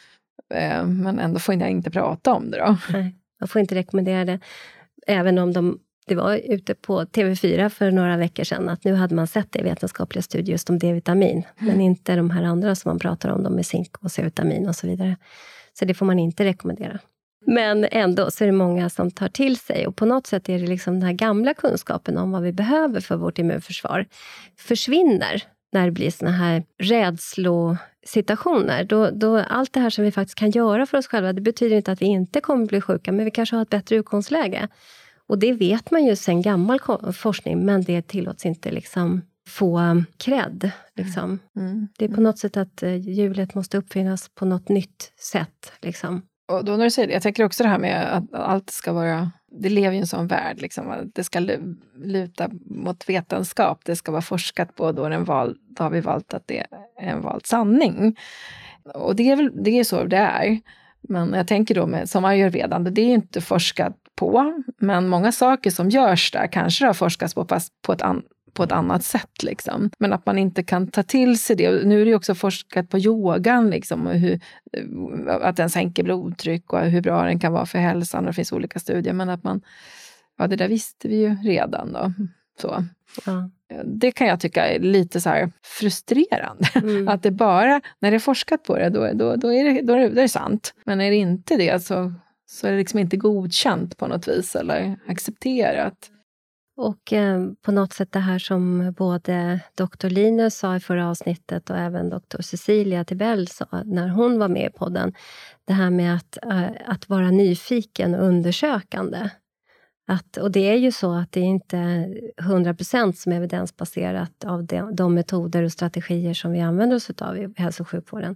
Men ändå får jag inte prata om det då. Nej, jag får inte rekommendera det. Även om de, det var ute på T V fyra för några veckor sedan att nu hade man sett det i vetenskapliga studier just om D-vitamin. Mm. Men inte de här andra som man pratar om, de med zink och C-vitamin och så vidare. Så det får man inte rekommendera. Men ändå så är det många som tar till sig och på något sätt är det liksom den här gamla kunskapen om vad vi behöver för vårt immunförsvar försvinner när det blir såna här rädslosituationer. Då, då allt det här som vi faktiskt kan göra för oss själva, det betyder inte att vi inte kommer bli sjuka, men vi kanske har ett bättre utgångsläge. Och det vet man ju sen gammal forskning, men det tillåts inte liksom få cred. Liksom. Mm. Mm. Det är på något sätt att hjulet måste uppfinnas på något nytt sätt liksom. Och då när du säger det, jag tänker också det här med att allt ska vara, det lever ju i en sån värld, liksom, att det ska luta mot vetenskap, det ska vara forskat på, då, den val, då har vi valt att det är en vald sanning. Och det är väl det är så det är. Men jag tänker då med, som ayurvedan, det är ju inte forskat på, men många saker som görs där kanske har forskats på, fast på ett annat på ett annat sätt. Liksom. Men att man inte kan ta till sig det. Nu är det också forskat på yogan, liksom, och hur, att den sänker blodtryck och hur bra den kan vara för hälsan. Och det finns olika studier. Men att man, ja, det där visste vi ju redan då. Så. Ja. Det kan jag tycka är lite så här frustrerande. Mm. Att det bara, när det är forskat på det, då, då, då, är det, då, är det, då är det sant. Men är det inte det, så, så är det liksom inte godkänt på något vis eller accepterat. Och eh, på något sätt det här som både doktor Linus sa i förra avsnittet och även doktor Cecilia Tibell sa när hon var med i podden. Det här med att, eh, att vara nyfiken och undersökande. Att, och det är ju så att det är inte hundra procent som är evidensbaserat av de, de metoder och strategier som vi använder oss av i hälso- och sjukvården.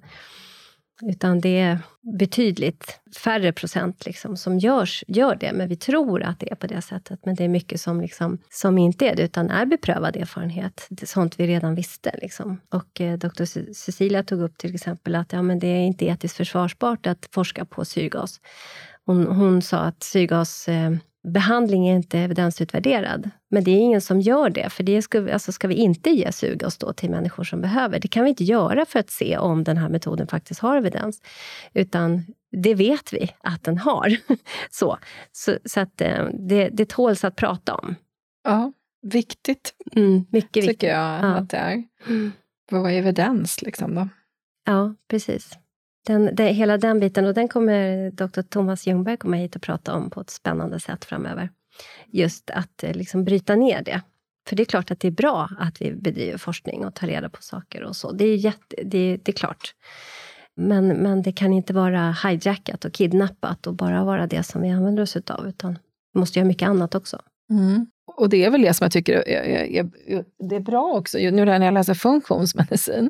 Utan det är betydligt färre procent liksom som görs, gör det. Men vi tror att det är på det sättet. Men det är mycket som, liksom, som inte är det, utan är beprövad erfarenhet. Det är sånt vi redan visste. Liksom. Och eh, doktor Cecilia tog upp till exempel att ja, men det är inte etiskt försvarsbart att forska på syrgas. Hon, hon sa att syrgas... Eh, behandling är inte evidensutvärderad. Men det är ingen som gör det. För det ska, alltså ska vi inte ge syrgas då till människor som behöver. Det kan vi inte göra för att se om den här metoden faktiskt har evidens. Utan det vet vi att den har. så så, så att det, det tåls att prata om. Ja, viktigt. Mm, mycket viktigt. Tycker jag ja. Att det är. Mm. Vad är evidens liksom då? Ja, precis. Den, det, hela den biten, och den kommer doktor Thomas Ljungberg komma hit och prata om på ett spännande sätt framöver. Just att liksom bryta ner det. För det är klart att det är bra att vi bedriver forskning och tar reda på saker och så. Det är, jätte, det, det är klart. Men, men det kan inte vara hijackat och kidnappat och bara vara det som vi använder oss utav. Utan vi måste göra mycket annat också. Mm. Och det är väl det som jag tycker är, är, är, det är bra också. Nu när jag läser funktionsmedicin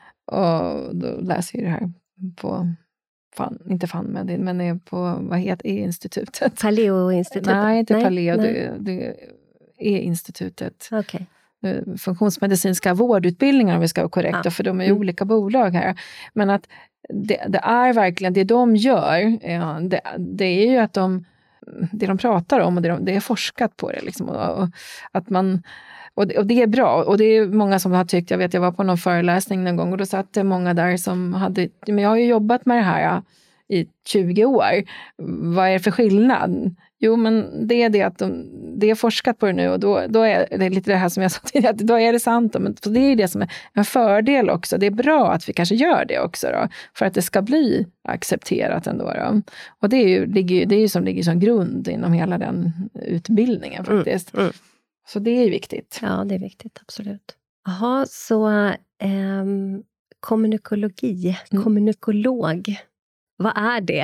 och då läser jag det här på, fan, inte FANMED, men är på, vad heter E-institutet? Paleo-institutet? Nej, inte nej, Paleo, nej. Det, det är institutet. Okay. Funktionsmedicinska vårdutbildningar, om vi ska vara korrekta, ja. För de är ju mm. olika bolag här. Men att det, det är verkligen, det de gör, ja, det, det är ju att de, det de pratar om, och det, de, det är forskat på det. Liksom, och, och att man... Och det, och det är bra, och det är många som har tyckt, jag vet jag var på någon föreläsning någon gång och då satt det många där som hade, men jag har ju jobbat med det här ja, i tjugo år, vad är det för skillnad? Jo, men det är det att de, det är forskat på det nu och då, då är det lite det här som jag sa tidigare, då är det sant, men det är det som är en fördel också, det är bra att vi kanske gör det också då, för att det ska bli accepterat ändå då. Och det är ju, det är ju som ligger som grund inom hela den utbildningen faktiskt. Mm, mm. Så det är viktigt. Ja, det är viktigt, absolut. Jaha, så eh, kommunikologi, mm. kommunikolog, vad är det?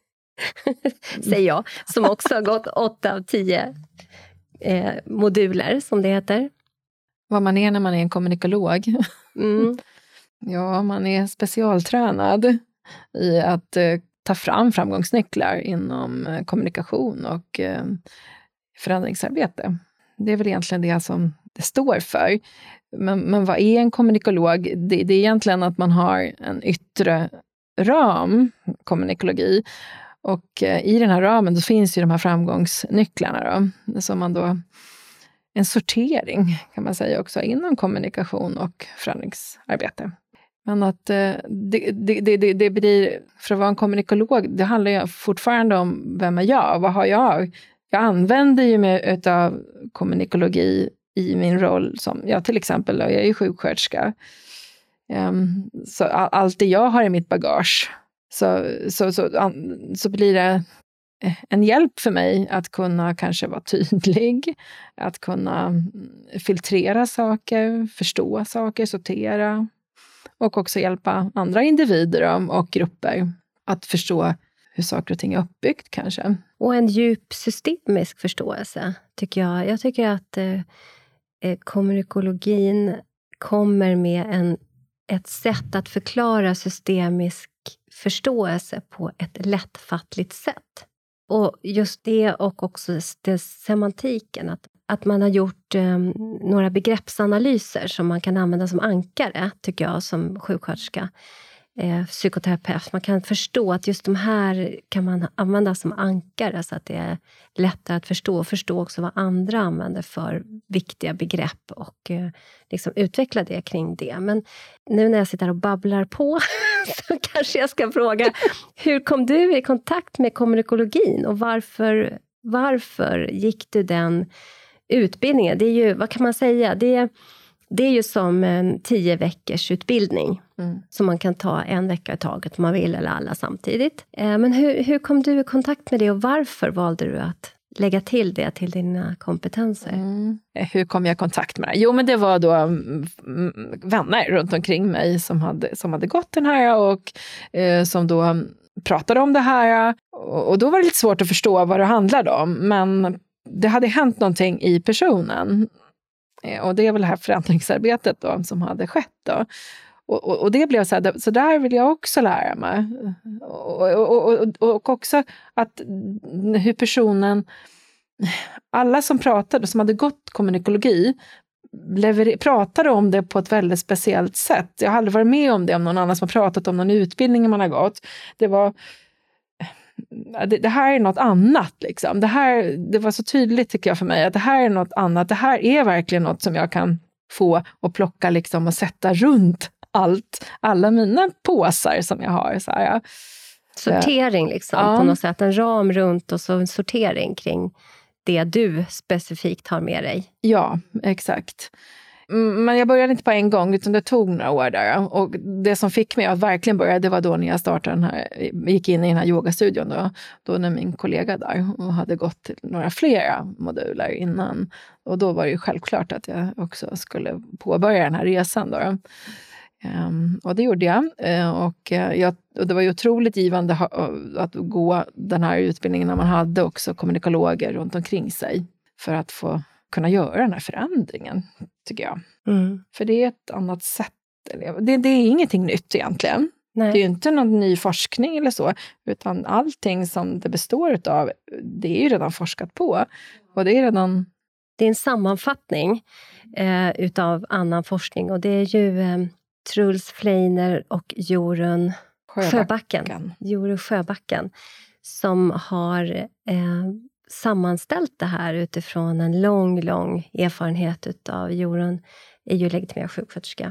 Säger jag, som också har gått åtta av tio eh, moduler, som det heter. Vad man är när man är en kommunikolog? Mm. Ja, man är specialtränad i att eh, ta fram framgångsnycklar inom eh, kommunikation och eh, förändringsarbete. Det är väl egentligen det som det står för. Men, men vad är en kommunikolog? Det, det är egentligen att man har en yttre ram, kommunikologi. Och eh, i den här ramen då finns ju de här framgångsnycklarna då. Som man då, en sortering kan man säga också inom kommunikation och förändringsarbete. Men att eh, det, det, det, det blir, för att vara en kommunikolog, det handlar ju fortfarande om vem är jag? Vad har jag? Jag använder ju mig av kommunikologi i min roll som, ja till exempel, jag är ju sjuksköterska. Um, så all, allt det jag har i mitt bagage, så, så, så, så blir det en hjälp för mig att kunna kanske vara tydlig, att kunna filtrera saker, förstå saker, sortera och också hjälpa andra individer och grupper att förstå hur saker och ting är uppbyggt kanske. Och en djup systemisk förståelse tycker jag. Jag tycker att eh, kommunikologin kommer med en, ett sätt att förklara systemisk förståelse på ett lättfattligt sätt. Och just det och också det semantiken, att, att man har gjort eh, några begreppsanalyser som man kan använda som ankare, tycker jag, som sjuksköterska, eh, psykoterapeut. Man kan förstå att just de här kan man använda som ankare så att det är lättare att förstå och förstå också vad andra använder för viktiga begrepp och eh, liksom utveckla det kring det. Men nu när jag sitter och babblar på så kanske jag ska fråga, hur kom du i kontakt med kommunikologin och varför, varför gick du den utbildningen? Det är ju, vad kan man säga, det är, det är ju som en tio veckors utbildning mm. som man kan ta en vecka i taget om man vill eller alla samtidigt. Eh, men hur, hur kom du i kontakt med det och varför valde du att lägga till det till dina kompetenser? Mm. Hur kom jag i kontakt med det? Jo, men det var då vänner runt omkring mig som hade, som hade gått den här och eh, som då pratade om det här. Och, och då var det lite svårt att förstå vad det handlade om. Men det hade hänt någonting i personen. Eh, och det är väl det här förändringsarbetet då som hade skett då. Och, och, och det blev så här, så där vill jag också lära mig. Och, och, och, och också att hur personen, alla som pratade, som hade gått kommunikologi, lever, pratade om det på ett väldigt speciellt sätt. Jag har aldrig varit med om det, om någon annan som har pratat om någon utbildning man har gått. Det var, det, det här är något annat liksom. Det här, det var så tydligt tycker jag för mig, att det här är något annat. Det här är verkligen något som jag kan få och plocka liksom och sätta runt allt, alla mina påsar som jag har. Så här. Sortering liksom, ja. På något sätt. En ram runt och så en sortering kring det du specifikt har med dig. Ja, exakt. Men jag började inte på en gång, utan det tog några år där. Och det som fick mig att verkligen börja, det var då när jag startade den här, gick in i den här yogastudion då. Då när min kollega där och hade gått till några flera moduler innan. Och då var det ju självklart att jag också skulle påbörja den här resan då. Um, och det gjorde jag. Uh, och, uh, jag. Och det var ju otroligt givande ha, uh, att gå den här utbildningen när man hade också kommunikologer runt omkring sig. För att få kunna göra den här förändringen, tycker jag. Mm. För det är ett annat sätt. Det, det är ingenting nytt egentligen. Nej. Det är ju inte någon ny forskning eller så. Utan allting som det består av, det är ju redan forskat på. Och det är redan... Det är en sammanfattning eh, utav annan forskning. Och det är ju... Eh, Truls Fleiner och Jorun Sjöbacken, Sjöbacken. Jorun Sjöbacken som har eh, sammanställt det här utifrån en lång, lång erfarenhet utav Jorun är ju legitimerad sjuksköterska.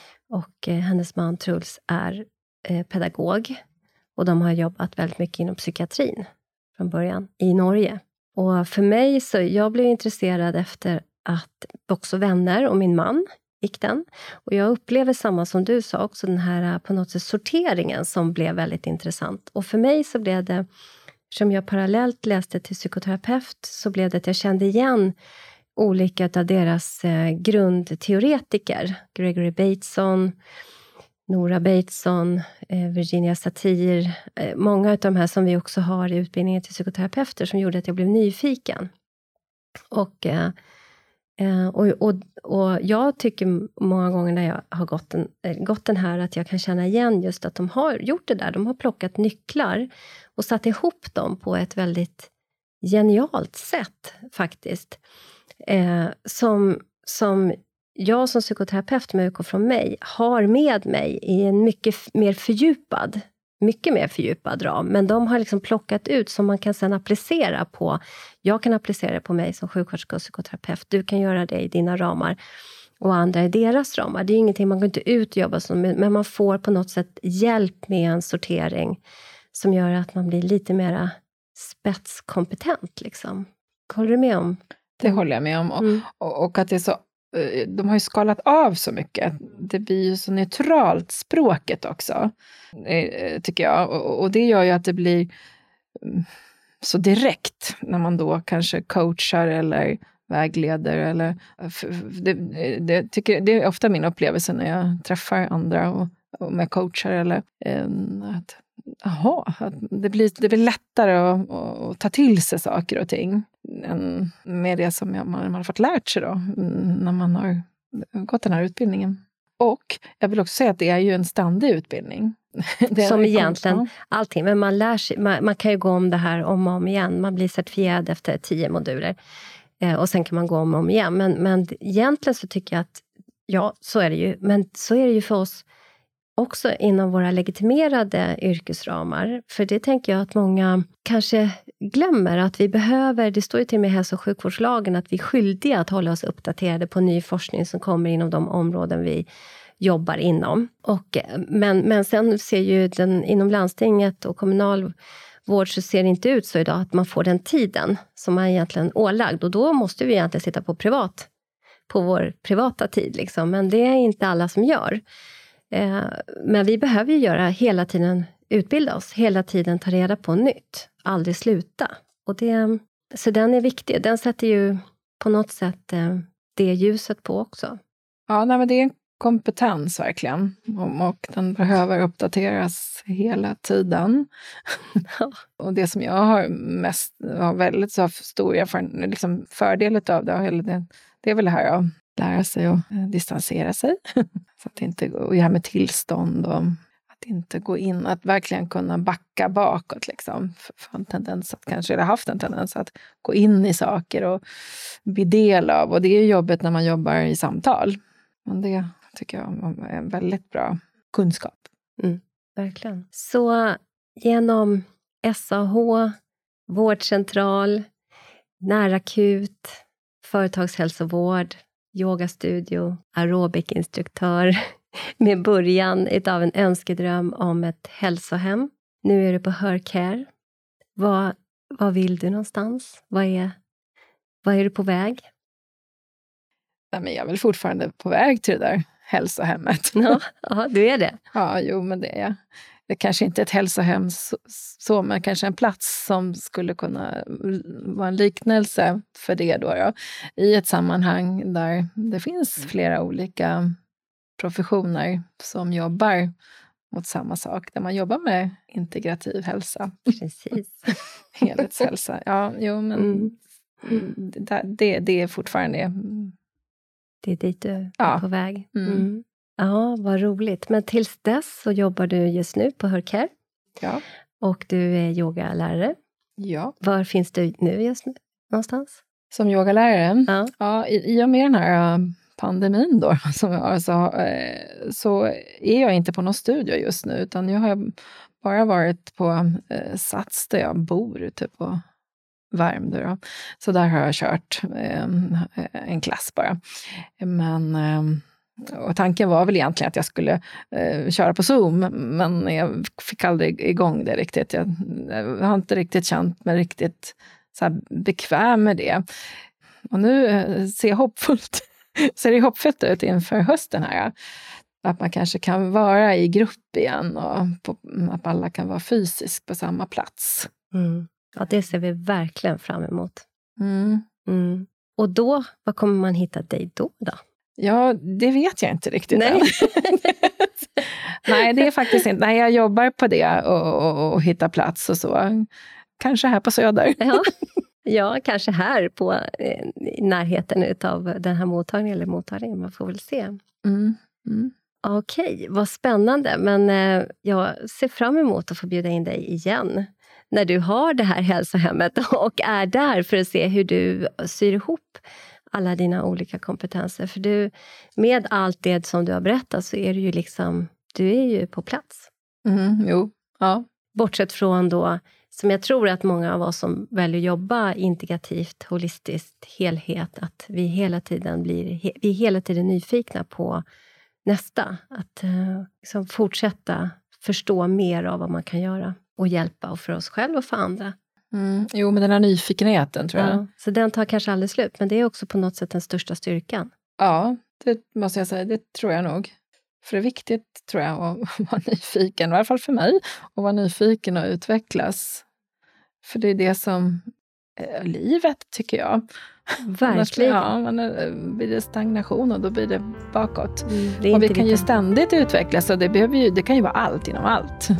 Och eh, hennes man Truls är eh, pedagog. Och de har jobbat väldigt mycket inom psykiatrin från början i Norge. Och för mig så, jag blev intresserad efter att också vänner och min man gick den. Och jag upplever samma som du sa också, den här på något sätt sorteringen som blev väldigt intressant. Och för mig så blev det, som jag parallellt läste till psykoterapeut, så blev det att jag kände igen olika av deras eh, grundteoretiker. Gregory Bateson, Nora Bateson, eh, Virginia Satir. Eh, många av de här som vi också har i utbildningen till psykoterapeuter som gjorde att jag blev nyfiken. Och... Eh, Uh, och, och, och jag tycker många gånger när jag har gått den, gått den här att jag kan känna igen just att de har gjort det där. De har plockat nycklar och satt ihop dem på ett väldigt genialt sätt faktiskt. Uh, som, som jag som psykoterapeut med utgång från mig har med mig i en mycket mer fördjupad mycket mer fördjupad ram. Men de har liksom plockat ut som man kan sedan applicera på. Jag kan applicera det på mig som sjuksköterska och psykoterapeut. Du kan göra det i dina ramar. Och andra i deras ramar. Det är ingenting man går inte ut och jobba som. Men man får på något sätt hjälp med en sortering. Som gör att man blir lite mera spetskompetent liksom. Håller du med om? Det håller jag med om. Mm. Och, och att det är så... De har ju skalat av så mycket. Det blir ju så neutralt språket också, tycker jag. Och det gör ju att det blir så direkt när man då kanske coachar eller vägleder. Eller, det, det, tycker, det är ofta min upplevelse när jag träffar andra och, och med coachar. Eller, att, aha, att det, blir, det blir lättare att, att ta till sig saker och ting. Än med det som man, man har fått lärt sig då, när man har gått den här utbildningen. Och jag vill också säga att det är ju en ständig utbildning. Som egentligen ja. allting. Men man lär sig, man, man kan ju gå om det här om och om igen. Man blir certifierad efter tio moduler. Eh, och sen kan man gå om och om igen. Men, men egentligen så tycker jag att, ja, så är det ju. Men så är det ju för oss också inom våra legitimerade yrkesramar. För det tänker jag att många kanske glömmer att vi behöver, det står ju till och med i hälso- och sjukvårdslagen att vi är skyldiga att hålla oss uppdaterade på ny forskning som kommer inom de områden vi jobbar inom. Och, men, men sen ser ju den inom landstinget och kommunal vård så ser det inte ut så idag att man får den tiden som man egentligen ålagd. Och då måste vi egentligen sitta på privat, på vår privata tid liksom. Men det är inte alla som gör. Eh, men vi behöver ju göra hela tiden, utbilda oss, hela tiden ta reda på nytt. Aldrig sluta. Och det, så den är viktig. Den sätter ju på något sätt eh, det ljuset på också. Ja, nej, men det är en kompetens verkligen. Och, och den behöver uppdateras hela tiden. Ja. Och det som jag har mest, har väldigt så stor erfarenhet, liksom fördelet av det, det, det är väl det här att lära sig att distansera sig. Så att det inte går, och det här med tillstånd och att inte gå in, att verkligen kunna backa bakåt liksom. För, för en tendens att kanske, eller haft en tendens att gå in i saker och bli del av. Och det är ju jobbet när man jobbar i samtal. Men det tycker jag är en väldigt bra kunskap. Mm, verkligen. Så genom S A H, vårdcentral, närakut, företagshälsovård, yogastudio, aerobikinstruktör med början av en önskedröm om ett hälsohem. Nu är du på Hercare. Vad, vad vill du någonstans? Vad är, vad är du på väg? Ja, men jag är väl fortfarande på väg till det där hälsohemmet. Ja, ja, du är det. Ja, jo, men det är jag. Det är kanske inte ett hälsohem så, så, men kanske en plats som skulle kunna vara en liknelse för det då, då. I ett sammanhang där det finns flera olika professioner som jobbar mot samma sak. Där man jobbar med integrativ hälsa. Precis. Helhetshälsa. Ja, jo, men mm. det, det, det är fortfarande... Det är dit du är ja. på väg. Mm. Mm. Ja, vad roligt. Men tills dess så jobbar du just nu på Hercare. Ja. Och du är yogalärare. Ja. Var finns du nu just nu? Någonstans? Som yogalärare? Ja. Ja, i, i och med den här pandemin då som jag har så, eh, så är jag inte på någon studio just nu. Utan jag har bara varit på eh, Sats där jag bor, typ på Värmdö då. Så där har jag kört eh, en klass bara. Men... Eh, Och tanken var väl egentligen att jag skulle eh, köra på Zoom, men jag fick aldrig igång det riktigt. Jag, jag har inte riktigt känt mig riktigt så här bekväm med det. Och nu eh, ser, hoppfullt, ser det hoppfullt ut inför hösten här. Att man kanske kan vara i grupp igen och på, att alla kan vara fysiskt på samma plats. Mm. Ja, det ser vi verkligen fram emot. Mm. Mm. Och då, vad kommer man hitta dig då då? Ja, det vet jag inte riktigt. Nej, Nej det är faktiskt inte. Nej, jag jobbar på det och, och, och hittar plats och så. Kanske här på Söder. Ja, ja kanske här på eh, i närheten av den här mottagningen eller mottagningen. Man får väl se. Mm. Mm. Okej, vad spännande. Men eh, jag ser fram emot att få bjuda in dig igen. När du har det här hälsohemmet och är där för att se hur du syr ihop alla dina olika kompetenser. För du, med allt det som du har berättat så är du ju liksom, du är ju på plats. Mm, jo, ja. Bortsett från då, som jag tror att många av oss som väljer jobba integrativt, holistiskt, helhet, att vi hela tiden blir, vi är hela tiden nyfikna på nästa. Att eh, liksom fortsätta förstå mer av vad man kan göra och hjälpa och för oss själva och för andra. Mm, jo, men den här nyfikenheten tror jag. Ja, så den tar kanske aldrig slut, men det är också på något sätt den största styrkan. Ja, det måste jag säga, det tror jag nog. För det är viktigt tror jag att vara nyfiken, i alla fall för mig, att vara nyfiken och utvecklas. För det är det som är livet tycker jag. Verkligen. Ja, men blir det stagnation och då blir det bakåt. Mm, det är och vi inte kan vi ju kan. ständigt utvecklas och det, behöver ju, det kan ju vara allt inom allt.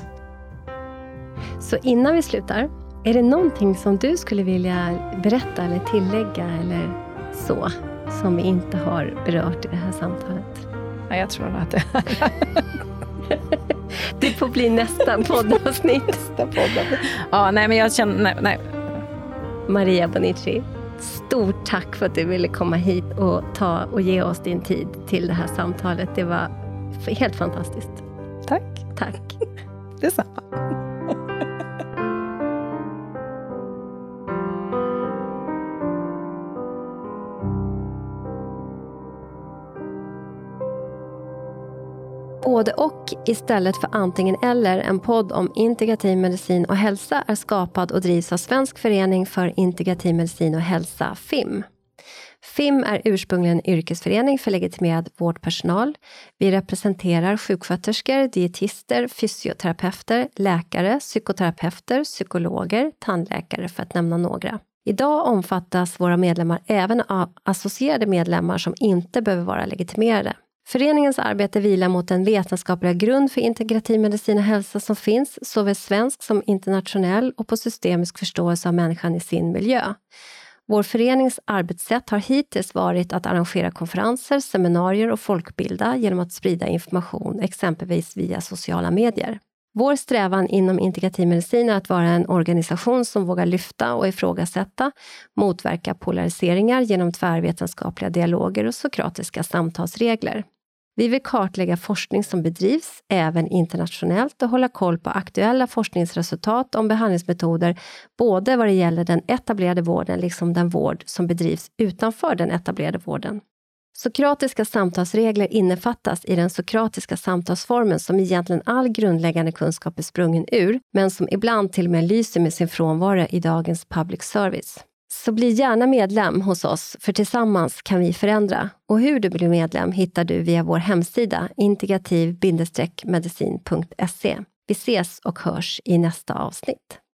Så innan vi slutar, är det någonting som du skulle vilja berätta eller tillägga eller så, som vi inte har berört i det här samtalet? Ja, jag tror att det är. Det får bli nästa poddavsnitt. Nästa poddavsnitt. Ja, nej men jag känner, nej, nej. Maria Bonici, stort tack för att du ville komma hit och ta och ge oss din tid till det här samtalet. Det var helt fantastiskt. Tack. Tack. Detsamma. Både och istället för antingen eller, en podd om integrativ medicin och hälsa är skapad och drivs av Svensk förening för integrativ medicin och hälsa, F I M. F I M är ursprungligen en yrkesförening för legitimerad vårdpersonal. Vi representerar sjuksköterskor, dietister, fysioterapeuter, läkare, psykoterapeuter, psykologer, tandläkare för att nämna några. Idag omfattas våra medlemmar även av associerade medlemmar som inte behöver vara legitimerade. Föreningens arbete vilar mot en vetenskapliga grund för integrativ medicin och hälsa som finns såväl svensk som internationell och på systemisk förståelse av människan i sin miljö. Vår förenings arbetssätt har hittills varit att arrangera konferenser, seminarier och folkbilda genom att sprida information exempelvis via sociala medier. Vår strävan inom integrativ medicin är att vara en organisation som vågar lyfta och ifrågasätta, motverka polariseringar genom tvärvetenskapliga dialoger och sokratiska samtalsregler. Vi vill kartlägga forskning som bedrivs även internationellt och hålla koll på aktuella forskningsresultat om behandlingsmetoder både vad det gäller den etablerade vården liksom den vård som bedrivs utanför den etablerade vården. Sokratiska samtalsregler innefattas i den sokratiska samtalsformen som egentligen all grundläggande kunskap är sprungen ur, men som ibland till och med lyser med sin frånvaro i dagens public service. Så bli gärna medlem hos oss, för tillsammans kan vi förändra. Och hur du blir medlem hittar du via vår hemsida integrativ medicin punkt se. Vi ses och hörs i nästa avsnitt.